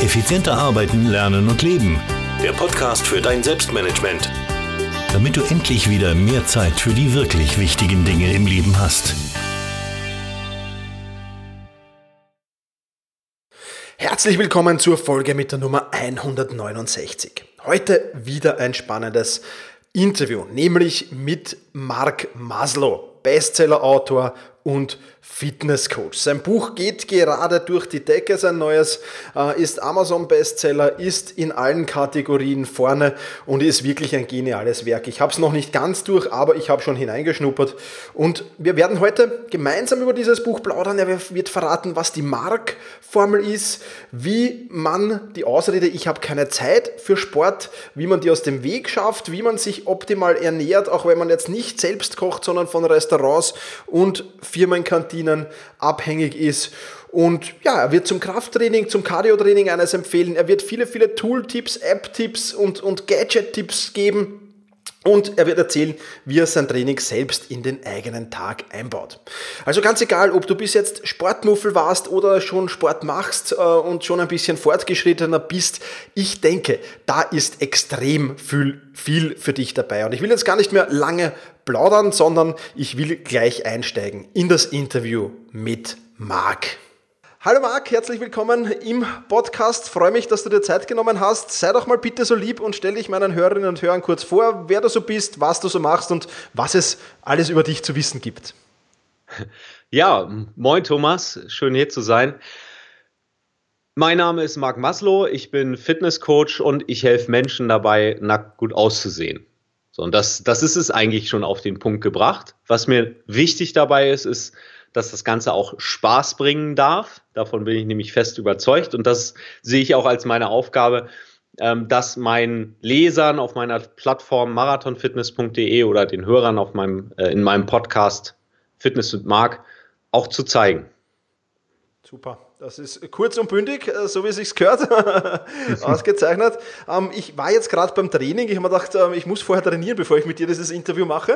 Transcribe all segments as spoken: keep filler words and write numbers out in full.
Effizienter arbeiten, lernen und leben. Der Podcast für dein Selbstmanagement. Damit du endlich wieder mehr Zeit für die wirklich wichtigen Dinge im Leben hast. Herzlich willkommen zur Folge mit der Nummer hundertneunundsechzig. Heute wieder ein spannendes Interview, nämlich mit Mark Maslow, Bestsellerautor und Fitnesscoach. Sein Buch geht gerade durch die Decke, sein neues äh, ist Amazon-Bestseller, ist in allen Kategorien vorne und ist wirklich ein geniales Werk. Ich habe es noch nicht ganz durch, aber ich habe schon hineingeschnuppert und wir werden heute gemeinsam über dieses Buch plaudern. Er wird verraten, was die Mark-Formel ist, wie man die Ausrede, ich habe keine Zeit für Sport, wie man die aus dem Weg schafft, wie man sich optimal ernährt, auch wenn man jetzt nicht selbst kocht, sondern von Restaurants und Firmenkantinen abhängig ist. Und ja, er wird zum Krafttraining, zum Cardio-Training eines empfehlen. Er wird viele, viele Tool-Tipps, App-Tipps und, und Gadget-Tipps geben. Und er wird erzählen, wie er sein Training selbst in den eigenen Tag einbaut. Also ganz egal, ob du bis jetzt Sportmuffel warst oder schon Sport machst äh, und schon ein bisschen fortgeschrittener bist, ich denke, da ist extrem viel, viel für dich dabei. Und ich will jetzt gar nicht mehr lange plaudern, sondern ich will gleich einsteigen in das Interview mit Mark. Hallo Mark, herzlich willkommen im Podcast. Freue mich, dass du dir Zeit genommen hast. Sei doch mal bitte so lieb und stell dich meinen Hörerinnen und Hörern kurz vor, wer du so bist, was du so machst und was es alles über dich zu wissen gibt. Ja, moin Thomas, schön hier zu sein. Mein Name ist Mark Maslow, ich bin Fitnesscoach und ich helfe Menschen dabei, nackt gut auszusehen. So, und das, das ist es eigentlich schon auf den Punkt gebracht. Was mir wichtig dabei ist, ist, dass das Ganze auch Spaß bringen darf. Davon bin ich nämlich fest überzeugt. Und das sehe ich auch als meine Aufgabe, das meinen Lesern auf meiner Plattform marathonfitness punkt de oder den Hörern auf meinem, in meinem Podcast Fitness mit Mark auch zu zeigen. Super. Das ist kurz und bündig, so wie es sich gehört, ausgezeichnet. Ich war jetzt gerade beim Training, ich habe mir gedacht, ich muss vorher trainieren, bevor ich mit dir dieses Interview mache.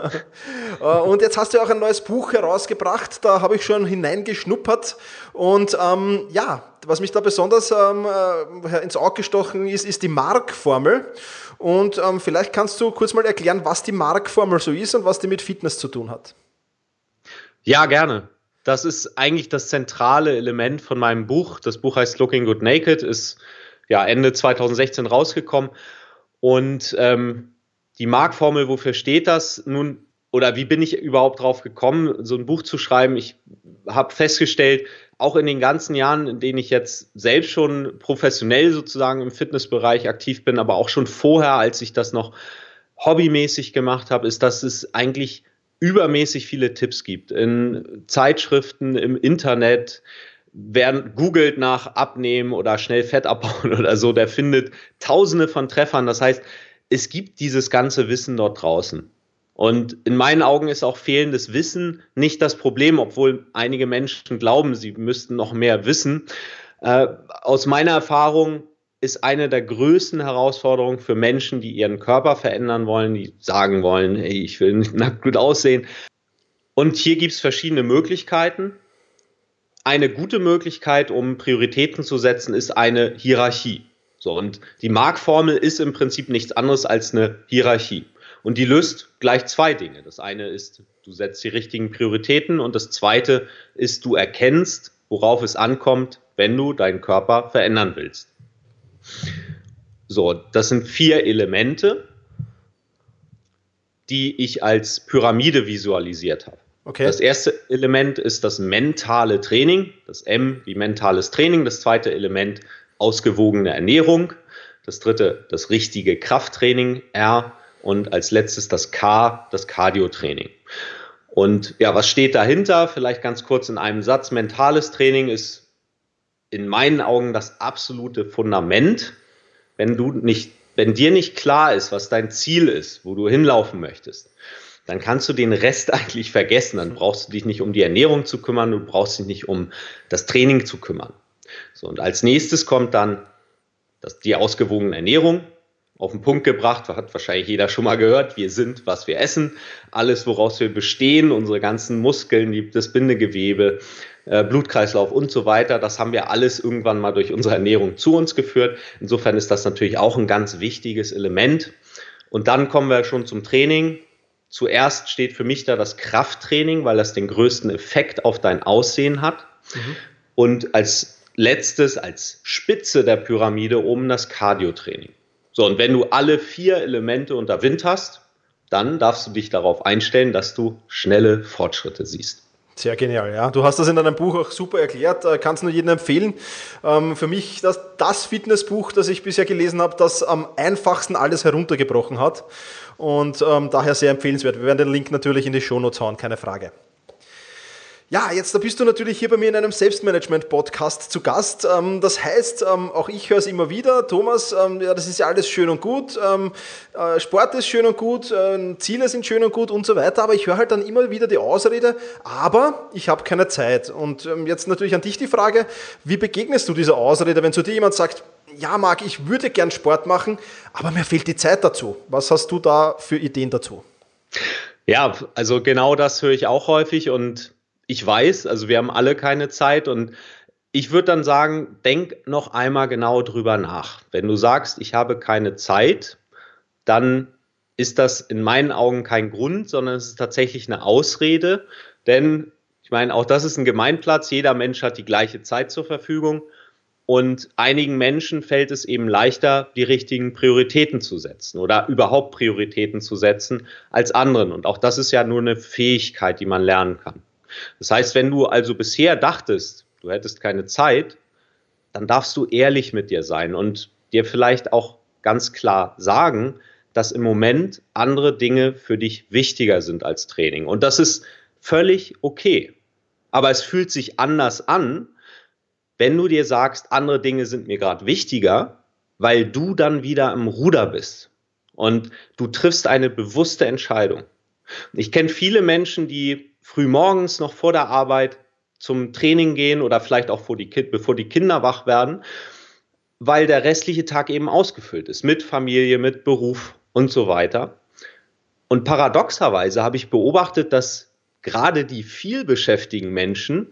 Und jetzt hast du ja auch ein neues Buch herausgebracht, da habe ich schon hineingeschnuppert. Und ähm, ja, was mich da besonders ähm, ins Auge gestochen ist, ist die Mark-Formel. Und ähm, vielleicht kannst du kurz mal erklären, was die Mark-Formel so ist und was die mit Fitness zu tun hat. Ja, gerne. Das ist eigentlich das zentrale Element von meinem Buch. Das Buch heißt Looking Good Naked, ist ja Ende zweitausendsechzehn rausgekommen. Und ähm, die Mark-Formel, wofür steht das nun? Oder wie bin ich überhaupt drauf gekommen, so ein Buch zu schreiben? Ich habe festgestellt, auch in den ganzen Jahren, in denen ich jetzt selbst schon professionell sozusagen im Fitnessbereich aktiv bin, aber auch schon vorher, als ich das noch hobbymäßig gemacht habe, ist, dass es eigentlich übermäßig viele Tipps gibt in Zeitschriften, im Internet. Wer googelt nach Abnehmen oder schnell Fett abbauen oder so, der findet tausende von Treffern. Das heißt, es gibt dieses ganze Wissen dort draußen. Und in meinen Augen ist auch fehlendes Wissen nicht das Problem, obwohl einige Menschen glauben, sie müssten noch mehr wissen. Äh, aus meiner Erfahrung ist eine der größten Herausforderungen für Menschen, die ihren Körper verändern wollen, die sagen wollen, hey, ich will nackt gut aussehen. Und hier gibt es verschiedene Möglichkeiten. Eine gute Möglichkeit, um Prioritäten zu setzen, ist eine Hierarchie. So, und die Mark-Formel ist im Prinzip nichts anderes als eine Hierarchie. Und die löst gleich zwei Dinge. Das eine ist, du setzt die richtigen Prioritäten und das zweite ist, du erkennst, worauf es ankommt, wenn du deinen Körper verändern willst. So, das sind vier Elemente, die ich als Pyramide visualisiert habe. Okay. Das erste Element ist das mentale Training, das M wie mentales Training. Das zweite Element ausgewogene Ernährung. Das dritte das richtige Krafttraining, R. Und als letztes das K, das Cardio-Training. Und ja, was steht dahinter? Vielleicht ganz kurz in einem Satz. Mentales Training ist in meinen Augen das absolute Fundament. Wenn du nicht, wenn dir nicht klar ist, was dein Ziel ist, wo du hinlaufen möchtest, dann kannst du den Rest eigentlich vergessen. Dann brauchst du dich nicht um die Ernährung zu kümmern, du brauchst dich nicht um das Training zu kümmern. So, und als nächstes kommt dann das, die ausgewogene Ernährung, auf den Punkt gebracht, hat wahrscheinlich jeder schon mal gehört, wir sind, was wir essen, alles, woraus wir bestehen, unsere ganzen Muskeln, die, das Bindegewebe, äh, Blutkreislauf und so weiter, das haben wir alles irgendwann mal durch unsere Ernährung zu uns geführt. Insofern ist das natürlich auch ein ganz wichtiges Element. Und dann kommen wir schon zum Training. Zuerst steht für mich da das Krafttraining, weil das den größten Effekt auf dein Aussehen hat. Mhm. Und als letztes, als Spitze der Pyramide oben das Cardio-Training. So, und wenn du alle vier Elemente unter Wind hast, dann darfst du dich darauf einstellen, dass du schnelle Fortschritte siehst. Sehr genial, ja. Du hast das in deinem Buch auch super erklärt, kannst nur jedem empfehlen. Ähm, für mich das, das Fitnessbuch, das ich bisher gelesen habe, das am einfachsten alles heruntergebrochen hat und ähm, daher sehr empfehlenswert. Wir werden den Link natürlich in die Shownotes hauen, keine Frage. Ja, jetzt da bist du natürlich hier bei mir in einem Selbstmanagement-Podcast zu Gast. Das heißt, auch ich höre es immer wieder, Thomas, ja, das ist ja alles schön und gut, Sport ist schön und gut, Ziele sind schön und gut und so weiter, aber ich höre halt dann immer wieder die Ausrede, aber ich habe keine Zeit. Und jetzt natürlich an dich die Frage, wie begegnest du dieser Ausrede, wenn zu dir jemand sagt, ja Marc, ich würde gern Sport machen, aber mir fehlt die Zeit dazu. Was hast du da für Ideen dazu? Ja, also genau das höre ich auch häufig und ich weiß, also wir haben alle keine Zeit und ich würde dann sagen, denk noch einmal genau drüber nach. Wenn du sagst, ich habe keine Zeit, dann ist das in meinen Augen kein Grund, sondern es ist tatsächlich eine Ausrede, denn ich meine, auch das ist ein Gemeinplatz, jeder Mensch hat die gleiche Zeit zur Verfügung und einigen Menschen fällt es eben leichter, die richtigen Prioritäten zu setzen oder überhaupt Prioritäten zu setzen als anderen und auch das ist ja nur eine Fähigkeit, die man lernen kann. Das heißt, wenn du also bisher dachtest, du hättest keine Zeit, dann darfst du ehrlich mit dir sein und dir vielleicht auch ganz klar sagen, dass im Moment andere Dinge für dich wichtiger sind als Training. Und das ist völlig okay. Aber es fühlt sich anders an, wenn du dir sagst, andere Dinge sind mir gerade wichtiger, weil du dann wieder im Ruder bist und du triffst eine bewusste Entscheidung. Ich kenne viele Menschen, die früh morgens noch vor der Arbeit zum Training gehen oder vielleicht auch vor die, bevor die Kinder wach werden, weil der restliche Tag eben ausgefüllt ist mit Familie, mit Beruf und so weiter. Und paradoxerweise habe ich beobachtet, dass gerade die vielbeschäftigten Menschen,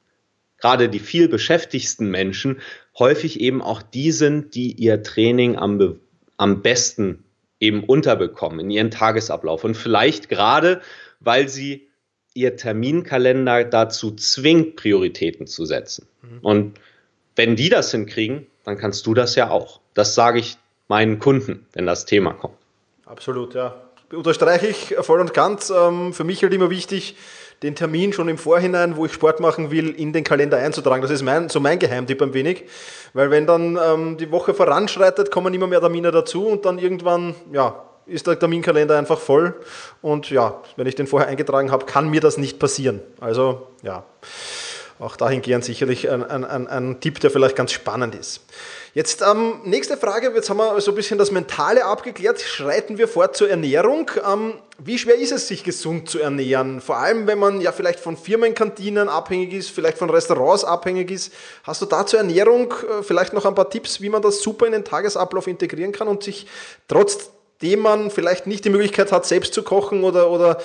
gerade die vielbeschäftigsten Menschen häufig eben auch die sind, die ihr Training am, am besten eben unterbekommen in ihren Tagesablauf. Und vielleicht gerade, weil sie ihr Terminkalender dazu zwingt, Prioritäten zu setzen. Mhm. Und wenn die das hinkriegen, dann kannst du das ja auch. Das sage ich meinen Kunden, wenn das Thema kommt. Absolut, ja. Unterstreiche ich voll und ganz. Für mich halt immer wichtig, den Termin schon im Vorhinein, wo ich Sport machen will, in den Kalender einzutragen. Das ist mein, so mein Geheimtipp ein wenig. Weil wenn dann ähm, die Woche voranschreitet, kommen immer mehr Termine dazu und dann irgendwann, ja, ist der Terminkalender einfach voll und ja, wenn ich den vorher eingetragen habe, kann mir das nicht passieren. Also ja, auch dahingehend sicherlich ein, ein, ein, ein Tipp, der vielleicht ganz spannend ist. Jetzt ähm, nächste Frage, jetzt haben wir so ein bisschen das Mentale abgeklärt, schreiten wir fort zur Ernährung. Ähm, wie schwer ist es, sich gesund zu ernähren? Vor allem, wenn man ja vielleicht von Firmenkantinen abhängig ist, vielleicht von Restaurants abhängig ist. Hast du da zur Ernährung äh, vielleicht noch ein paar Tipps, wie man das super in den Tagesablauf integrieren kann und sich trotz dem man vielleicht nicht die Möglichkeit hat, selbst zu kochen oder, oder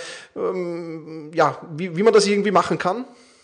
ähm, ja, wie, wie man das irgendwie machen kann?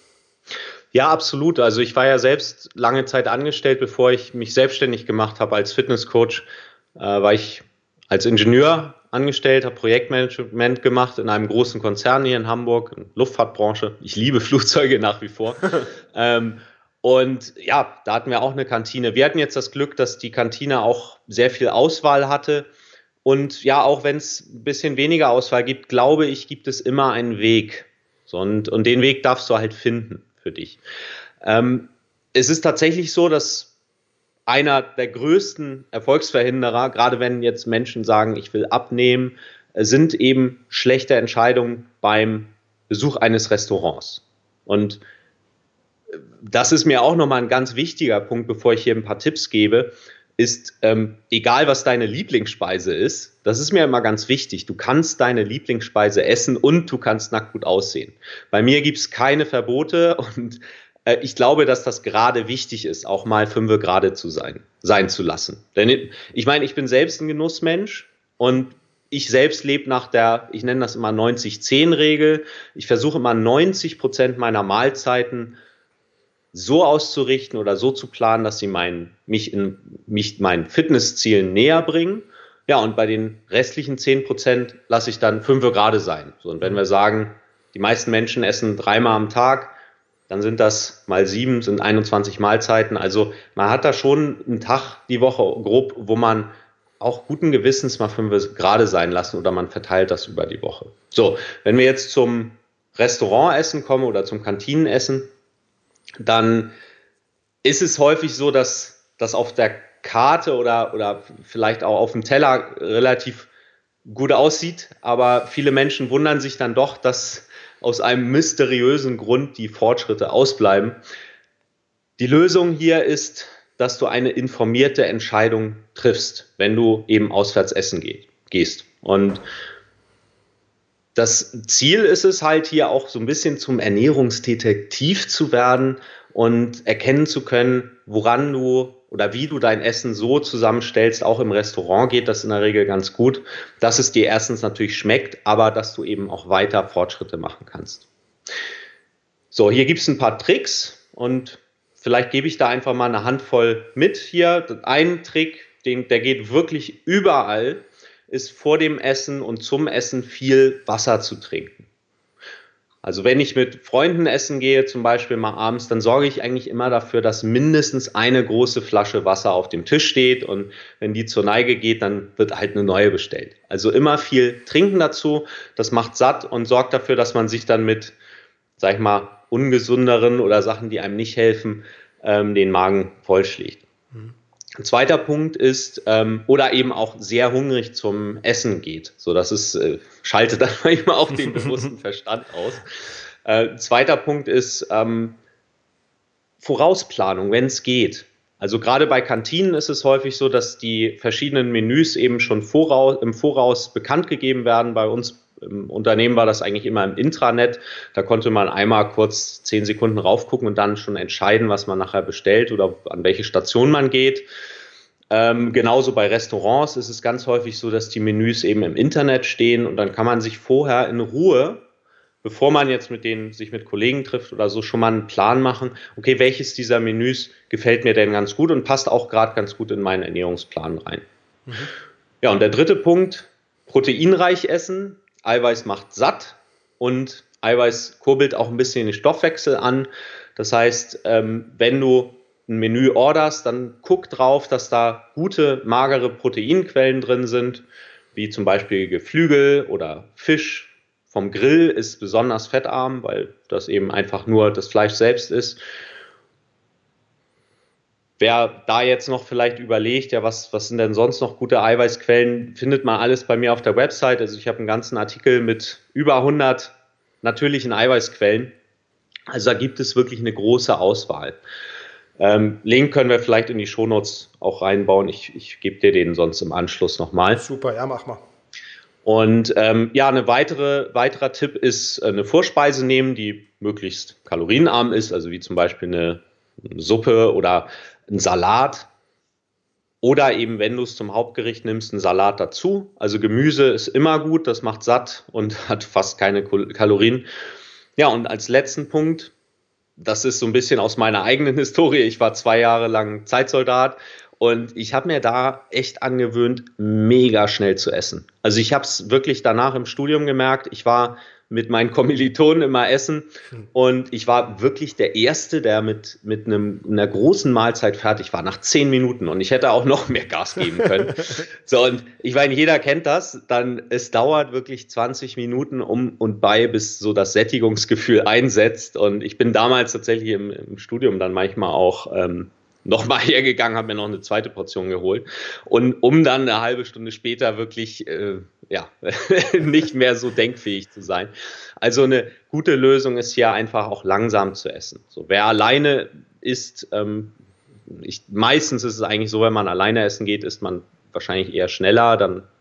Ja, absolut. Also ich war ja selbst lange Zeit angestellt, bevor ich mich selbstständig gemacht habe als Fitnesscoach, äh, war ich als Ingenieur angestellt, habe Projektmanagement gemacht in einem großen Konzern hier in Hamburg, in der Luftfahrtbranche. Ich liebe Flugzeuge nach wie vor. ähm, und ja, da hatten wir auch eine Kantine. Wir hatten jetzt das Glück, dass die Kantine auch sehr viel Auswahl hatte. Und ja, auch wenn es ein bisschen weniger Auswahl gibt, glaube ich, gibt es immer einen Weg. So, und, und den Weg darfst du halt finden für dich. Ähm, es ist tatsächlich so, dass einer der größten Erfolgsverhinderer, gerade wenn jetzt Menschen sagen, ich will abnehmen, sind eben schlechte Entscheidungen beim Besuch eines Restaurants. Und das ist mir auch nochmal ein ganz wichtiger Punkt, bevor ich hier ein paar Tipps gebe, ist, ähm, egal was deine Lieblingsspeise ist, das ist mir immer ganz wichtig, du kannst deine Lieblingsspeise essen und du kannst nackt gut aussehen. Bei mir gibt es keine Verbote und äh, ich glaube, dass das gerade wichtig ist, auch mal fünfe gerade zu sein, sein zu lassen. Denn ich meine, ich bin selbst ein Genussmensch und ich selbst lebe nach der, ich nenne das immer neunzig zehn Regel. Ich versuche immer neunzig Prozent meiner Mahlzeiten so auszurichten oder so zu planen, dass sie mein, mich, in, mich meinen Fitnesszielen näher bringen. Ja, und bei den restlichen zehn Prozent lasse ich dann fünfe gerade sein. So, und wenn wir sagen, die meisten Menschen essen dreimal am Tag, dann sind das mal sieben, sind einundzwanzig Mahlzeiten. Also man hat da schon einen Tag die Woche grob, wo man auch guten Gewissens mal fünf gerade sein lassen oder man verteilt das über die Woche. So, wenn wir jetzt zum Restaurantessen kommen oder zum Kantinenessen, dann ist es häufig so, dass das auf der Karte oder, oder vielleicht auch auf dem Teller relativ gut aussieht, aber viele Menschen wundern sich dann doch, dass aus einem mysteriösen Grund die Fortschritte ausbleiben. Die Lösung hier ist, dass du eine informierte Entscheidung triffst, wenn du eben auswärts essen geht, gehst. Und das Ziel ist es halt hier auch so ein bisschen zum Ernährungsdetektiv zu werden und erkennen zu können, woran du oder wie du dein Essen so zusammenstellst. Auch im Restaurant geht das in der Regel ganz gut, dass es dir erstens natürlich schmeckt, aber dass du eben auch weiter Fortschritte machen kannst. So, hier gibt es ein paar Tricks und vielleicht gebe ich da einfach mal eine Handvoll mit hier. Ein Trick, den, der geht wirklich überall, ist vor dem Essen und zum Essen viel Wasser zu trinken. Also wenn ich mit Freunden essen gehe, zum Beispiel mal abends, dann sorge ich eigentlich immer dafür, dass mindestens eine große Flasche Wasser auf dem Tisch steht und wenn die zur Neige geht, dann wird halt eine neue bestellt. Also immer viel trinken dazu, das macht satt und sorgt dafür, dass man sich dann mit, sag ich mal, ungesünderen oder Sachen, die einem nicht helfen, ähm, den Magen vollschlägt. Mhm. Ein zweiter Punkt ist, ähm, oder eben auch sehr hungrig zum Essen geht. So, das ist, äh, schaltet dann manchmal auch den bewussten Verstand aus. Äh, zweiter Punkt ist ähm, Vorausplanung, wenn es geht. Also gerade bei Kantinen ist es häufig so, dass die verschiedenen Menüs eben schon voraus, im Voraus bekannt gegeben werden. Bei uns im Unternehmen war das eigentlich immer im Intranet. Da konnte man einmal kurz zehn Sekunden raufgucken und dann schon entscheiden, was man nachher bestellt oder an welche Station man geht. Ähm, genauso bei Restaurants ist es ganz häufig so, dass die Menüs eben im Internet stehen und dann kann man sich vorher in Ruhe, bevor man jetzt mit denen sich mit Kollegen trifft oder so, schon mal einen Plan machen. Okay, welches dieser Menüs gefällt mir denn ganz gut und passt auch gerade ganz gut in meinen Ernährungsplan rein. Mhm. Ja, und der dritte Punkt, proteinreich essen. Eiweiß macht satt und Eiweiß kurbelt auch ein bisschen den Stoffwechsel an. Das heißt, ähm, wenn du ein Menü orderst, dann guck drauf, dass da gute, magere Proteinquellen drin sind, wie zum Beispiel Geflügel oder Fisch. Vom Grill ist besonders fettarm, weil das eben einfach nur das Fleisch selbst ist. Wer da jetzt noch vielleicht überlegt, ja, was, was sind denn sonst noch gute Eiweißquellen, findet man alles bei mir auf der Website. Also ich habe einen ganzen Artikel mit über hundert natürlichen Eiweißquellen. Also da gibt es wirklich eine große Auswahl. Ähm, Link können wir vielleicht in die Shownotes auch reinbauen. Ich, ich gebe dir den sonst im Anschluss nochmal. Super, ja, mach mal. Und ähm, ja, eine weitere, weiterer Tipp ist, eine Vorspeise nehmen, die möglichst kalorienarm ist, also wie zum Beispiel eine Suppe oder ein Salat oder eben, wenn du es zum Hauptgericht nimmst, einen Salat dazu. Also Gemüse ist immer gut, das macht satt und hat fast keine Kalorien. Ja, und als letzten Punkt, das ist so ein bisschen aus meiner eigenen Historie. Ich war zwei Jahre lang Zeitsoldat und ich habe mir da echt angewöhnt, mega schnell zu essen. Also ich habe es wirklich danach im Studium gemerkt. Ich war mit meinen Kommilitonen immer essen und ich war wirklich der Erste, der mit, mit einem, einer großen Mahlzeit fertig war, nach zehn Minuten und ich hätte auch noch mehr Gas geben können. So, und ich meine, jeder kennt das, dann es dauert wirklich zwanzig Minuten um und bei, bis so das Sättigungsgefühl einsetzt und ich bin damals tatsächlich im, im Studium dann manchmal auch ähm, nochmal hergegangen, habe mir noch eine zweite Portion geholt und um dann eine halbe Stunde später wirklich äh, ja nicht mehr so denkfähig zu sein. Also eine gute Lösung ist hier einfach auch langsam zu essen. So, wer alleine isst, ähm, ich, meistens ist es eigentlich so, wenn man alleine essen geht, isst man wahrscheinlich eher schneller, dann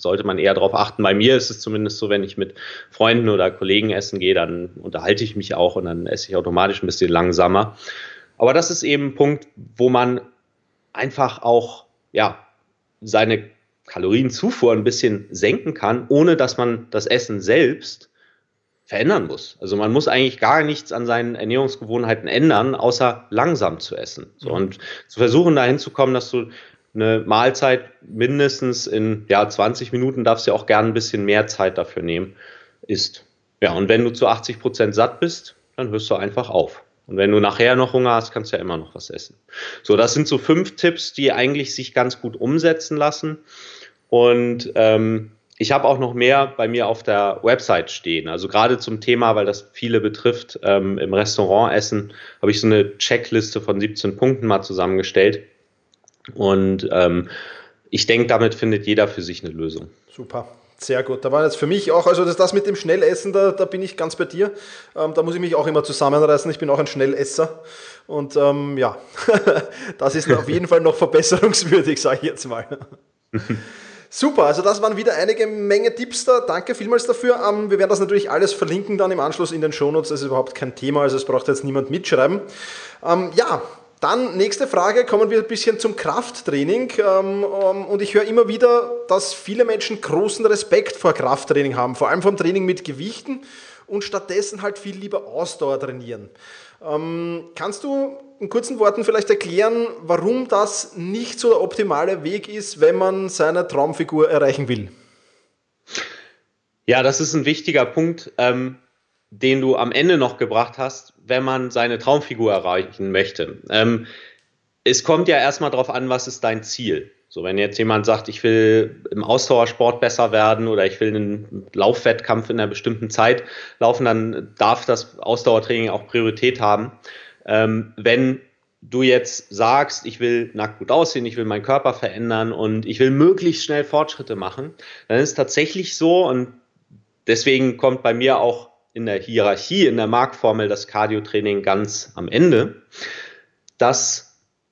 sollte man eher darauf achten. Bei mir ist es zumindest so, wenn ich mit Freunden oder Kollegen essen gehe, dann unterhalte ich mich auch und dann esse ich automatisch ein bisschen langsamer. Aber das ist eben ein Punkt, wo man einfach auch ja, seine Kalorienzufuhr ein bisschen senken kann, ohne dass man das Essen selbst verändern muss. Also man muss eigentlich gar nichts an seinen Ernährungsgewohnheiten ändern, außer langsam zu essen. So, und zu versuchen, dahin zu kommen, dass du eine Mahlzeit mindestens in ja, zwanzig Minuten, darfst du ja auch gerne ein bisschen mehr Zeit dafür nehmen, isst. Ja, und wenn du zu achtzig Prozent satt bist, dann hörst du einfach auf. Und wenn du nachher noch Hunger hast, kannst du ja immer noch was essen. So, das sind so fünf Tipps, die eigentlich sich ganz gut umsetzen lassen. Und ähm, ich habe auch noch mehr bei mir auf der Website stehen. Also gerade zum Thema, weil das viele betrifft, ähm, im Restaurantessen habe ich so eine Checkliste von siebzehn Punkten mal zusammengestellt. Und ähm, ich denke, damit findet jeder für sich eine Lösung. Super. Sehr gut. Da war jetzt für mich auch, also das, das mit dem Schnellessen, da, da bin ich ganz bei dir. Ähm, da muss ich mich auch immer zusammenreißen. Ich bin auch ein Schnellesser. Und ähm, ja, das ist auf jeden Fall noch verbesserungswürdig, sage ich jetzt mal. Super, also das waren wieder einige Menge Tipps da. Danke vielmals dafür. Ähm, wir werden das natürlich alles verlinken dann im Anschluss in den Shownotes. Das ist überhaupt kein Thema, also es braucht jetzt niemand mitschreiben. Ähm, ja, Dann nächste Frage, kommen wir ein bisschen zum Krafttraining. Ähm, ähm, und ich höre immer wieder, dass viele Menschen großen Respekt vor Krafttraining haben, vor allem vom Training mit Gewichten und stattdessen halt viel lieber Ausdauer trainieren. Ähm, kannst du in kurzen Worten vielleicht erklären, warum das nicht so der optimale Weg ist, wenn man seine Traumfigur erreichen will? Ja, das ist ein wichtiger Punkt, ähm, den du am Ende noch gebracht hast, wenn man seine Traumfigur erreichen möchte. Ähm, es kommt ja erstmal darauf an, was ist dein Ziel? So, wenn jetzt jemand sagt, ich will im Ausdauersport besser werden oder ich will einen Laufwettkampf in einer bestimmten Zeit laufen, dann darf das Ausdauertraining auch Priorität haben. Ähm, wenn du jetzt sagst, ich will nackt gut aussehen, ich will meinen Körper verändern und ich will möglichst schnell Fortschritte machen, dann ist es tatsächlich so, und deswegen kommt bei mir auch in der Hierarchie, in der Markformel das Cardio-Training ganz am Ende, dass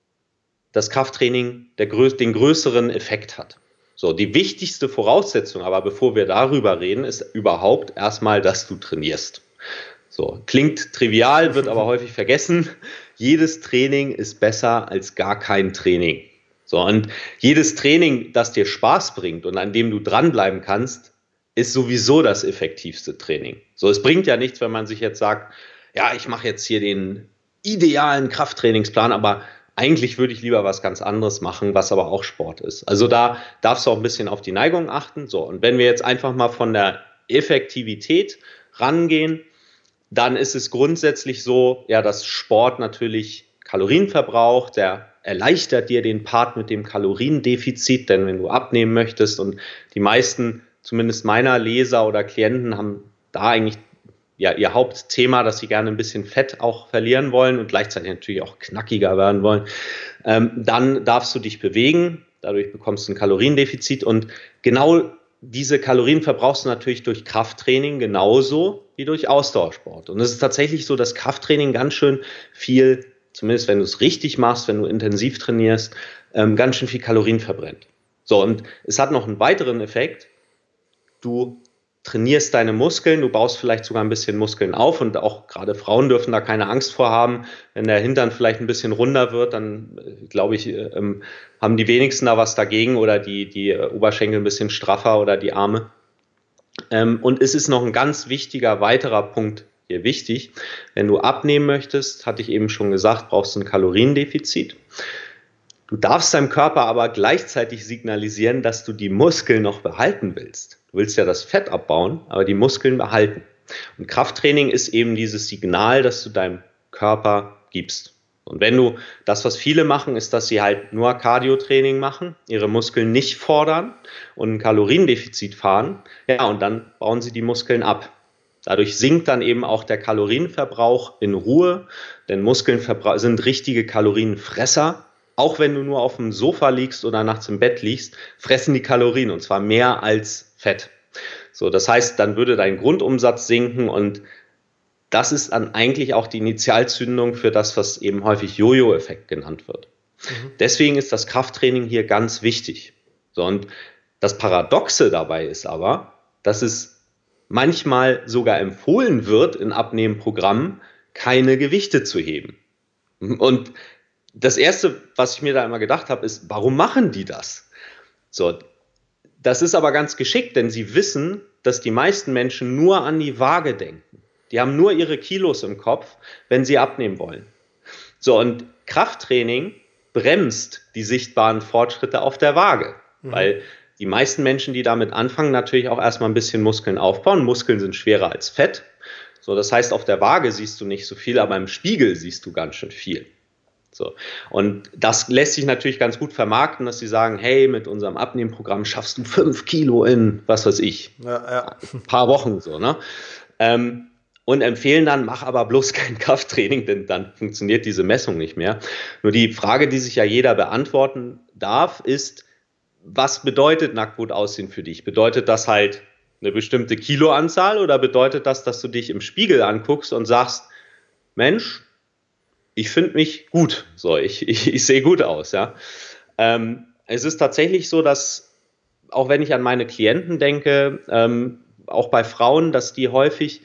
das Krafttraining der, den größeren Effekt hat. So, die wichtigste Voraussetzung, aber bevor wir darüber reden, ist überhaupt erstmal, dass du trainierst. So, klingt trivial, wird aber häufig vergessen. Jedes Training ist besser als gar kein Training. So, und jedes Training, das dir Spaß bringt und an dem du dranbleiben kannst, ist sowieso das effektivste Training. So, es bringt ja nichts, wenn man sich jetzt sagt, ja, ich mache jetzt hier den idealen Krafttrainingsplan, aber eigentlich würde ich lieber was ganz anderes machen, was aber auch Sport ist. Also da darfst du auch ein bisschen auf die Neigung achten. So, und wenn wir jetzt einfach mal von der Effektivität rangehen, dann ist es grundsätzlich so, ja, dass Sport natürlich Kalorien verbraucht, der erleichtert dir den Part mit dem Kaloriendefizit, denn wenn du abnehmen möchtest, und die meisten, zumindest meiner Leser oder Klienten, haben da eigentlich ja ihr Hauptthema, dass sie gerne ein bisschen Fett auch verlieren wollen und gleichzeitig natürlich auch knackiger werden wollen, ähm, dann darfst du dich bewegen, dadurch bekommst du ein Kaloriendefizit, und genau diese Kalorien verbrauchst du natürlich durch Krafttraining genauso wie durch Ausdauersport. Und es ist tatsächlich so, dass Krafttraining ganz schön viel, zumindest wenn du es richtig machst, wenn du intensiv trainierst, ähm, ganz schön viel Kalorien verbrennt. So, und es hat noch einen weiteren Effekt. Du trainierst deine Muskeln, du baust vielleicht sogar ein bisschen Muskeln auf, und auch gerade Frauen dürfen da keine Angst vor haben. Wenn der Hintern vielleicht ein bisschen runder wird, dann glaube ich, ähm, haben die wenigsten da was dagegen, oder die, die Oberschenkel ein bisschen straffer oder die Arme. Ähm, und es ist noch ein ganz wichtiger weiterer Punkt hier wichtig. Wenn du abnehmen möchtest, hatte ich eben schon gesagt, brauchst du ein Kaloriendefizit. Du darfst deinem Körper aber gleichzeitig signalisieren, dass du die Muskeln noch behalten willst. Du willst ja das Fett abbauen, aber die Muskeln behalten. Und Krafttraining ist eben dieses Signal, das du deinem Körper gibst. Und wenn du, das was viele machen, ist, dass sie halt nur Cardio-Training machen, ihre Muskeln nicht fordern und ein Kaloriendefizit fahren, ja, und dann bauen sie die Muskeln ab. Dadurch sinkt dann eben auch der Kalorienverbrauch in Ruhe, denn Muskeln sind richtige Kalorienfresser. Auch wenn du nur auf dem Sofa liegst oder nachts im Bett liegst, fressen die Kalorien, und zwar mehr als Fett. So, das heißt, dann würde dein Grundumsatz sinken, und das ist dann eigentlich auch die Initialzündung für das, was eben häufig Jojo-Effekt genannt wird. Mhm. Deswegen ist das Krafttraining hier ganz wichtig. So, und Das Paradoxe dabei ist aber, dass es manchmal sogar empfohlen wird, in Abnehmprogrammen keine Gewichte zu heben. Und das Erste, was ich mir da immer gedacht habe, ist, warum machen die das? So, das ist aber ganz geschickt, denn sie wissen, dass die meisten Menschen nur an die Waage denken. Die haben nur ihre Kilos im Kopf, wenn sie abnehmen wollen. So, und Krafttraining bremst die sichtbaren Fortschritte auf der Waage, mhm. weil die meisten Menschen, die damit anfangen, natürlich auch erstmal ein bisschen Muskeln aufbauen. Muskeln sind schwerer als Fett. So, das heißt, auf der Waage siehst du nicht so viel, aber im Spiegel siehst du ganz schön viel. So. Und das lässt sich natürlich ganz gut vermarkten, dass sie sagen, hey, mit unserem Abnehmprogramm schaffst du fünf Kilo in, was weiß ich, ja, ja. ein paar Wochen so, ne? Ähm, und empfehlen dann, mach aber bloß kein Krafttraining, denn dann funktioniert diese Messung nicht mehr. Nur die Frage, die sich ja jeder beantworten darf, ist, was bedeutet nackt gut aussehen für dich? Bedeutet das halt eine bestimmte Kiloanzahl oder bedeutet das, dass du dich im Spiegel anguckst und sagst, Mensch, ich finde mich gut, so, ich, ich, ich sehe gut aus, ja. Ähm, es ist tatsächlich so, dass, auch wenn ich an meine Klienten denke, ähm, auch bei Frauen, dass die häufig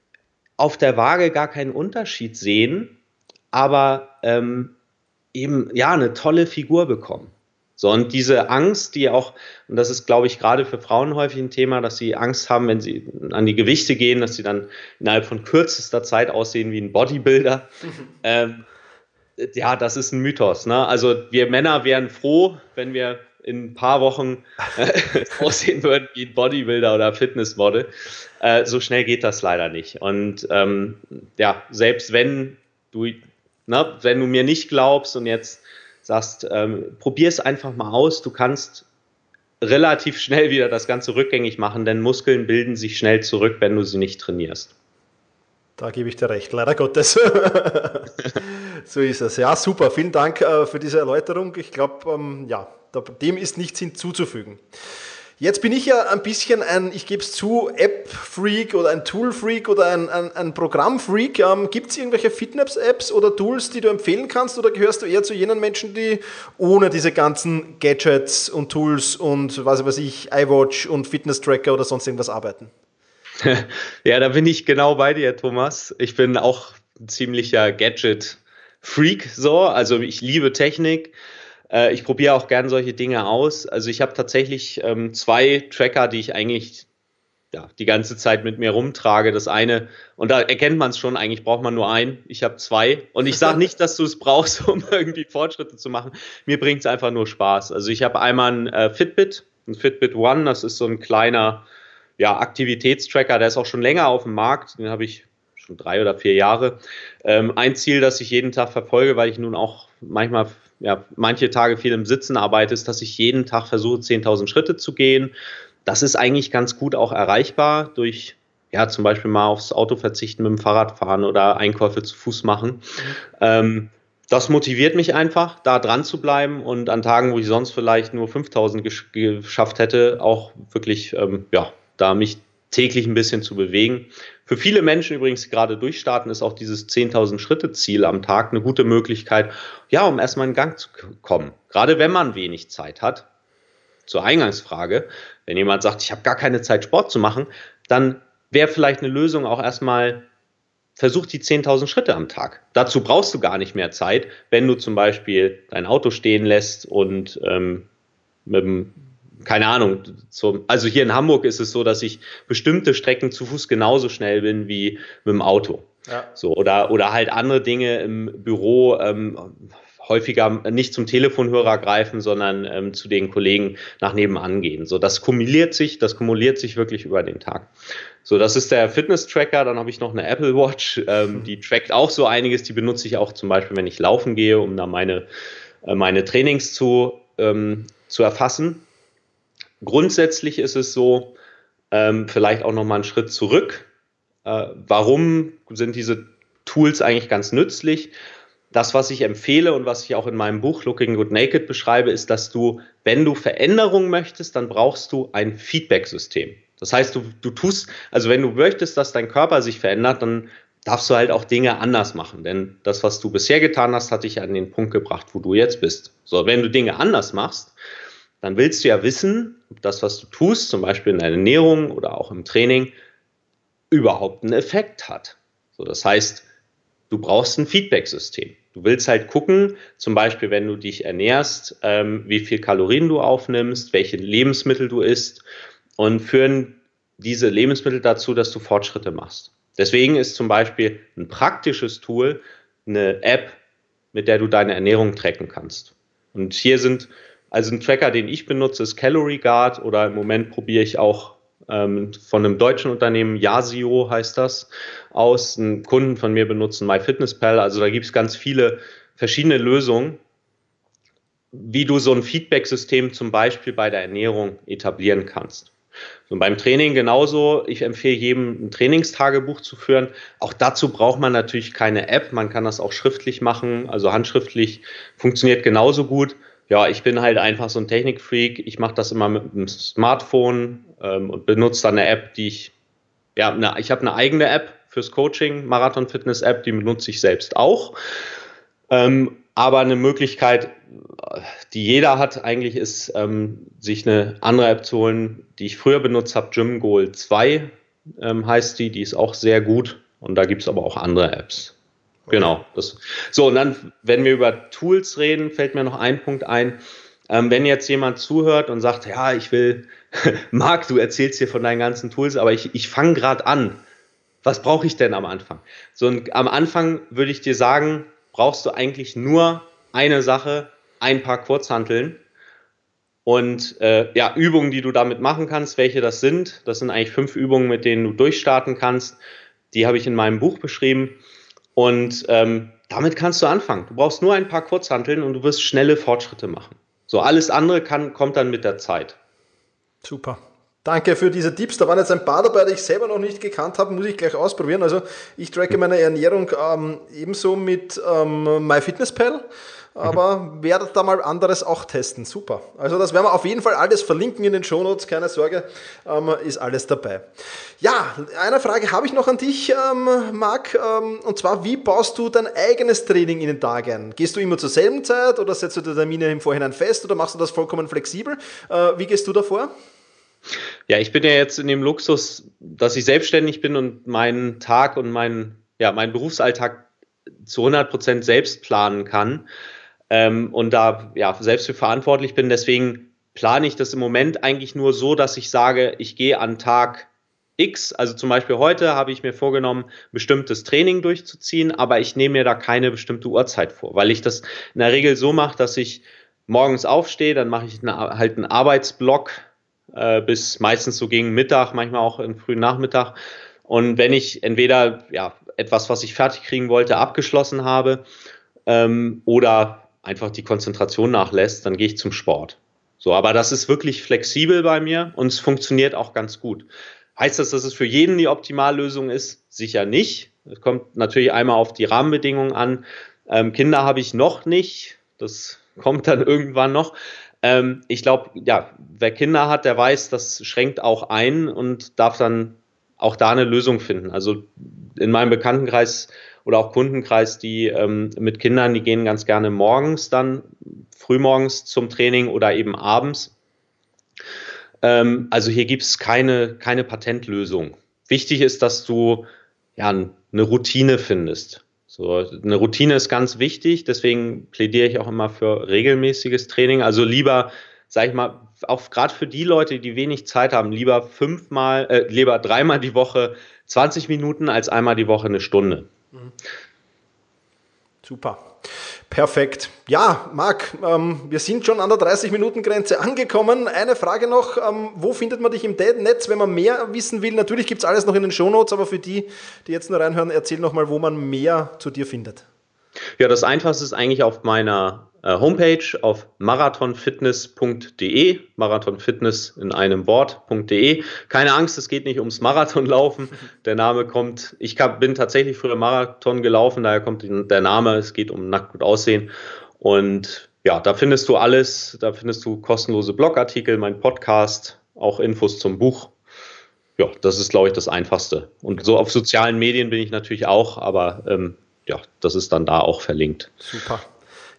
auf der Waage gar keinen Unterschied sehen, aber ähm, eben, ja, eine tolle Figur bekommen. So, und diese Angst, die auch, und das ist, glaube ich, gerade für Frauen häufig ein Thema, dass sie Angst haben, wenn sie an die Gewichte gehen, dass sie dann innerhalb von kürzester Zeit aussehen wie ein Bodybuilder. Mhm. Ähm, ja, das ist ein Mythos, ne? Also wir Männer wären froh, wenn wir in ein paar Wochen äh, aussehen würden wie ein Bodybuilder oder Fitnessmodel. Äh, so schnell geht das leider nicht. Und ähm, ja, selbst wenn du, ne, wenn du mir nicht glaubst und jetzt sagst, ähm, probier es einfach mal aus. Du kannst relativ schnell wieder das Ganze rückgängig machen, denn Muskeln bilden sich schnell zurück, wenn du sie nicht trainierst. Da gebe ich dir recht, leider Gottes. So ist es. Ja, super. Vielen Dank äh, für diese Erläuterung. Ich glaube, ähm, ja, dem ist nichts hinzuzufügen. Jetzt bin ich ja ein bisschen ein, ich gebe es zu, App-Freak oder ein Tool-Freak oder ein, ein, ein Programm-Freak. Ähm, Gibt es irgendwelche Fitness-Apps oder Tools, die du empfehlen kannst, oder gehörst du eher zu jenen Menschen, die ohne diese ganzen Gadgets und Tools und was weiß ich, iWatch und Fitness-Tracker oder sonst irgendwas arbeiten? Ja, da bin ich genau bei dir, Thomas. Ich bin auch ein ziemlicher Gadget-Freak, so. Also ich liebe Technik. Ich probiere auch gern solche Dinge aus. Also ich habe tatsächlich ähm, zwei Tracker, die ich eigentlich ja, die ganze Zeit mit mir rumtrage. Das eine, und da erkennt man es schon, eigentlich braucht man nur einen. Ich habe zwei. Und ich sage nicht, dass du es brauchst, um irgendwie Fortschritte zu machen. Mir bringt es einfach nur Spaß. Also ich habe einmal ein äh, Fitbit, ein Fitbit One. Das ist so ein kleiner ja, Aktivitätstracker. Der ist auch schon länger auf dem Markt. Den habe ich schon drei oder vier Jahre. Ähm, ein Ziel, das ich jeden Tag verfolge, weil ich nun auch manchmal ja, manche Tage viel im Sitzen arbeite, ist, dass ich jeden Tag versuche, zehntausend Schritte zu gehen. Das ist eigentlich ganz gut auch erreichbar durch, ja, zum Beispiel mal aufs Auto verzichten, mit dem Fahrrad fahren oder Einkäufe zu Fuß machen. Mhm. Ähm, das motiviert mich einfach, da dran zu bleiben und an Tagen, wo ich sonst vielleicht nur fünftausend gesch- geschafft hätte, auch wirklich, ähm, ja, da mich täglich ein bisschen zu bewegen. Für viele Menschen übrigens, die gerade durchstarten, ist auch dieses zehntausend Schritte Ziel am Tag eine gute Möglichkeit, ja, um erstmal in Gang zu kommen. Gerade wenn man wenig Zeit hat. Zur Eingangsfrage, wenn jemand sagt, ich habe gar keine Zeit, Sport zu machen, dann wäre vielleicht eine Lösung auch erstmal, versuch die zehntausend Schritte am Tag. Dazu brauchst du gar nicht mehr Zeit, wenn du zum Beispiel dein Auto stehen lässt und ähm, mit dem keine Ahnung, zum, also hier in Hamburg ist es so, dass ich bestimmte Strecken zu Fuß genauso schnell bin wie mit dem Auto. Ja. So, oder, oder halt andere Dinge im Büro ähm, häufiger nicht zum Telefonhörer greifen, sondern ähm, zu den Kollegen nach nebenan gehen. So, das kumuliert sich, das kumuliert sich wirklich über den Tag. So, das ist der Fitness-Tracker. Dann habe ich noch eine Apple Watch, ähm, mhm. die trackt auch so einiges. Die benutze ich auch zum Beispiel, wenn ich laufen gehe, um da meine, äh, meine Trainings zu, ähm, zu erfassen. Grundsätzlich ist es so, ähm, vielleicht auch nochmal einen Schritt zurück. Äh, warum sind diese Tools eigentlich ganz nützlich? Das, was ich empfehle und was ich auch in meinem Buch Looking Good Naked beschreibe, ist, dass du, wenn du Veränderung möchtest, dann brauchst du ein Feedback-System. Das heißt, du, du tust, also wenn du möchtest, dass dein Körper sich verändert, dann darfst du halt auch Dinge anders machen. Denn das, was du bisher getan hast, hat dich an den Punkt gebracht, wo du jetzt bist. So, wenn du Dinge anders machst, dann willst du ja wissen, ob das, was du tust, zum Beispiel in der Ernährung oder auch im Training, überhaupt einen Effekt hat. So, das heißt, du brauchst ein Feedback-System. Du willst halt gucken, zum Beispiel, wenn du dich ernährst, ähm, wie viel Kalorien du aufnimmst, welche Lebensmittel du isst und führen diese Lebensmittel dazu, dass du Fortschritte machst. Deswegen ist zum Beispiel ein praktisches Tool eine App, mit der du deine Ernährung tracken kannst. Und hier sind, also ein Tracker, den ich benutze, ist Calorie Guard, oder im Moment probiere ich auch ähm, von einem deutschen Unternehmen, Yasio heißt das, aus. Ein Kunden von mir benutzen MyFitnessPal. Also da gibt es ganz viele verschiedene Lösungen, wie du so ein Feedback-System zum Beispiel bei der Ernährung etablieren kannst. Und beim Training genauso. Ich empfehle jedem, ein Trainingstagebuch zu führen. Auch dazu braucht man natürlich keine App. Man kann das auch schriftlich machen. Also handschriftlich funktioniert genauso gut. Ja, ich bin halt einfach so ein Technikfreak. Ich mache das immer mit dem Smartphone ähm, und benutze dann eine App, die ich, ja, eine, ich habe eine eigene App fürs Coaching, Marathon Fitness App, die benutze ich selbst auch. Ähm, aber eine Möglichkeit, die jeder hat eigentlich, ist, ähm, sich eine andere App zu holen, die ich früher benutzt habe. GymGoal zwei ähm, heißt die, die ist auch sehr gut, und da gibt es aber auch andere Apps. Okay. Genau. Das. So, und dann, wenn wir über Tools reden, fällt mir noch ein Punkt ein. Ähm, wenn jetzt jemand zuhört und sagt, ja, ich will, Marc, du erzählst hier von deinen ganzen Tools, aber ich, ich fange gerade an. Was brauche ich denn am Anfang? So, und am Anfang würde ich dir sagen, brauchst du eigentlich nur eine Sache, ein paar Kurzhanteln und äh, ja, Übungen, die du damit machen kannst. Welche das sind, das sind eigentlich fünf Übungen, mit denen du durchstarten kannst. Die habe ich in meinem Buch beschrieben, und ähm, damit kannst du anfangen. Du brauchst nur ein paar Kurzhanteln und du wirst schnelle Fortschritte machen. So, alles andere kann, kommt dann mit der Zeit. Super. Danke für diese Tipps. Da waren jetzt ein paar dabei, die ich selber noch nicht gekannt habe, muss ich gleich ausprobieren. Also ich tracke meine Ernährung ähm, ebenso mit ähm, MyFitnessPal, aber mhm. werde da mal anderes auch testen. Super. Also das werden wir auf jeden Fall alles verlinken in den Shownotes, keine Sorge, ähm, ist alles dabei. Ja, eine Frage habe ich noch an dich, ähm, Marc, ähm, und zwar, wie baust du dein eigenes Training in den Tag ein? Gehst du immer zur selben Zeit oder setzt du die Termine im Vorhinein fest oder machst du das vollkommen flexibel? Äh, wie gehst du da vor? Ja, ich bin ja jetzt in dem Luxus, dass ich selbstständig bin und meinen Tag und meinen, ja, meinen Berufsalltag zu hundert Prozent selbst planen kann ähm, und da ja selbst für verantwortlich bin. Deswegen plane ich das im Moment eigentlich nur so, dass ich sage, ich gehe an Tag X, also zum Beispiel heute habe ich mir vorgenommen, ein bestimmtes Training durchzuziehen, aber ich nehme mir da keine bestimmte Uhrzeit vor, weil ich das in der Regel so mache, dass ich morgens aufstehe, dann mache ich eine, halt einen Arbeitsblock, bis meistens so gegen Mittag, manchmal auch im frühen Nachmittag. Und wenn ich entweder ja etwas, was ich fertig kriegen wollte, abgeschlossen habe ähm, oder einfach die Konzentration nachlässt, dann gehe ich zum Sport. So, aber das ist wirklich flexibel bei mir und es funktioniert auch ganz gut. Heißt das, dass es für jeden die Optimallösung ist? Sicher nicht. Es kommt natürlich einmal auf die Rahmenbedingungen an. Ähm, Kinder habe ich noch nicht. Das kommt dann irgendwann noch. Ähm, ich glaube, ja, wer Kinder hat, der weiß, das schränkt auch ein und darf dann auch da eine Lösung finden. Also in meinem Bekanntenkreis oder auch Kundenkreis, die ähm, mit Kindern, die gehen ganz gerne morgens dann, frühmorgens zum Training oder eben abends. Ähm, also hier gibt es keine, keine Patentlösung. Wichtig ist, dass du ja eine Routine findest. So, eine Routine ist ganz wichtig, deswegen plädiere ich auch immer für regelmäßiges Training. Also lieber, sag ich mal, auch gerade für die Leute, die wenig Zeit haben, lieber fünfmal, äh, lieber dreimal die Woche zwanzig Minuten als einmal die Woche eine Stunde. Mhm. Super. Perfekt. Ja, Marc, ähm, wir sind schon an der dreißig-Minuten-Grenze angekommen. Eine Frage noch, ähm, wo findet man dich im Netz, wenn man mehr wissen will? Natürlich gibt es alles noch in den Shownotes, aber für die, die jetzt nur reinhören, erzähl nochmal, wo man mehr zu dir findet. Ja, das Einfachste ist eigentlich auf meiner äh, Homepage auf marathonfitness punkt de, Marathonfitness in einem Wort.de. Keine Angst, es geht nicht ums Marathonlaufen. Der Name kommt, ich bin tatsächlich früher Marathon gelaufen, daher kommt der Name, es geht um nackt gut aussehen. Und ja, da findest du alles, da findest du kostenlose Blogartikel, mein Podcast, auch Infos zum Buch. Ja, das ist, glaube ich, das Einfachste. Und so auf sozialen Medien bin ich natürlich auch, aber ähm, ja, das ist dann da auch verlinkt. Super.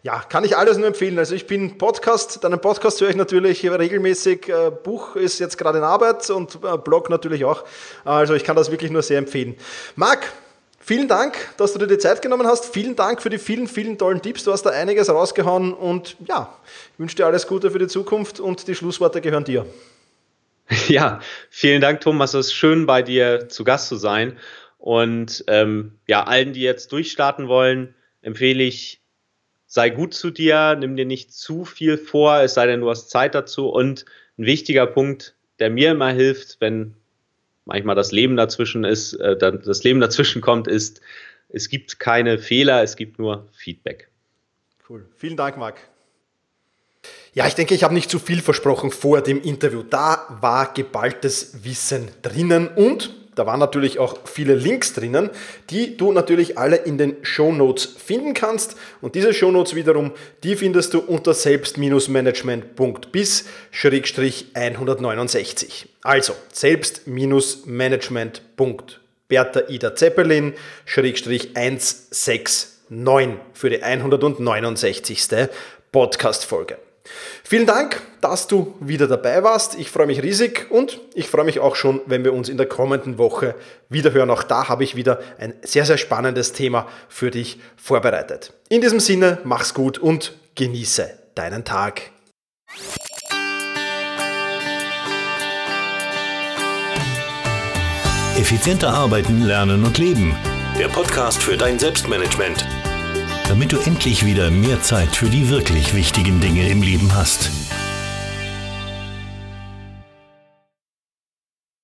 Ja, kann ich alles nur empfehlen. Also ich bin Podcast, deinen Podcast höre ich natürlich regelmäßig. Äh, Buch ist jetzt gerade in Arbeit und äh, Blog natürlich auch. Also ich kann das wirklich nur sehr empfehlen. Marc, vielen Dank, dass du dir die Zeit genommen hast. Vielen Dank für die vielen, vielen tollen Tipps. Du hast da einiges rausgehauen und ja, ich wünsche dir alles Gute für die Zukunft und die Schlussworte gehören dir. Ja, vielen Dank, Thomas. Es ist schön, bei dir zu Gast zu sein. Und ähm, ja, allen, die jetzt durchstarten wollen, empfehle ich, sei gut zu dir, nimm dir nicht zu viel vor, es sei denn, du hast Zeit dazu. Und ein wichtiger Punkt, der mir immer hilft, wenn manchmal das Leben dazwischen ist, äh, das Leben dazwischen kommt, ist, es gibt keine Fehler, es gibt nur Feedback. Cool. Vielen Dank, Marc. Ja, ich denke, ich habe nicht zu viel versprochen vor dem Interview. Da war geballtes Wissen drinnen und da waren natürlich auch viele Links drinnen, die du natürlich alle in den Shownotes finden kannst. Und diese Shownotes wiederum, die findest du unter selbst-management punkt biz Schrägstrich hundertneunundsechzig. Also selbst-management punkt Bertha Ida Zeppelin Schrägstrich hundertneunundneunzig für die hundertneunundsechzigste Podcast-Folge. Vielen Dank, dass du wieder dabei warst. Ich freue mich riesig und ich freue mich auch schon, wenn wir uns in der kommenden Woche wieder hören. Auch da habe ich wieder ein sehr, sehr spannendes Thema für dich vorbereitet. In diesem Sinne, mach's gut und genieße deinen Tag. Effizienter arbeiten, lernen und leben. Der Podcast für dein Selbstmanagement. Damit du endlich wieder mehr Zeit für die wirklich wichtigen Dinge im Leben hast.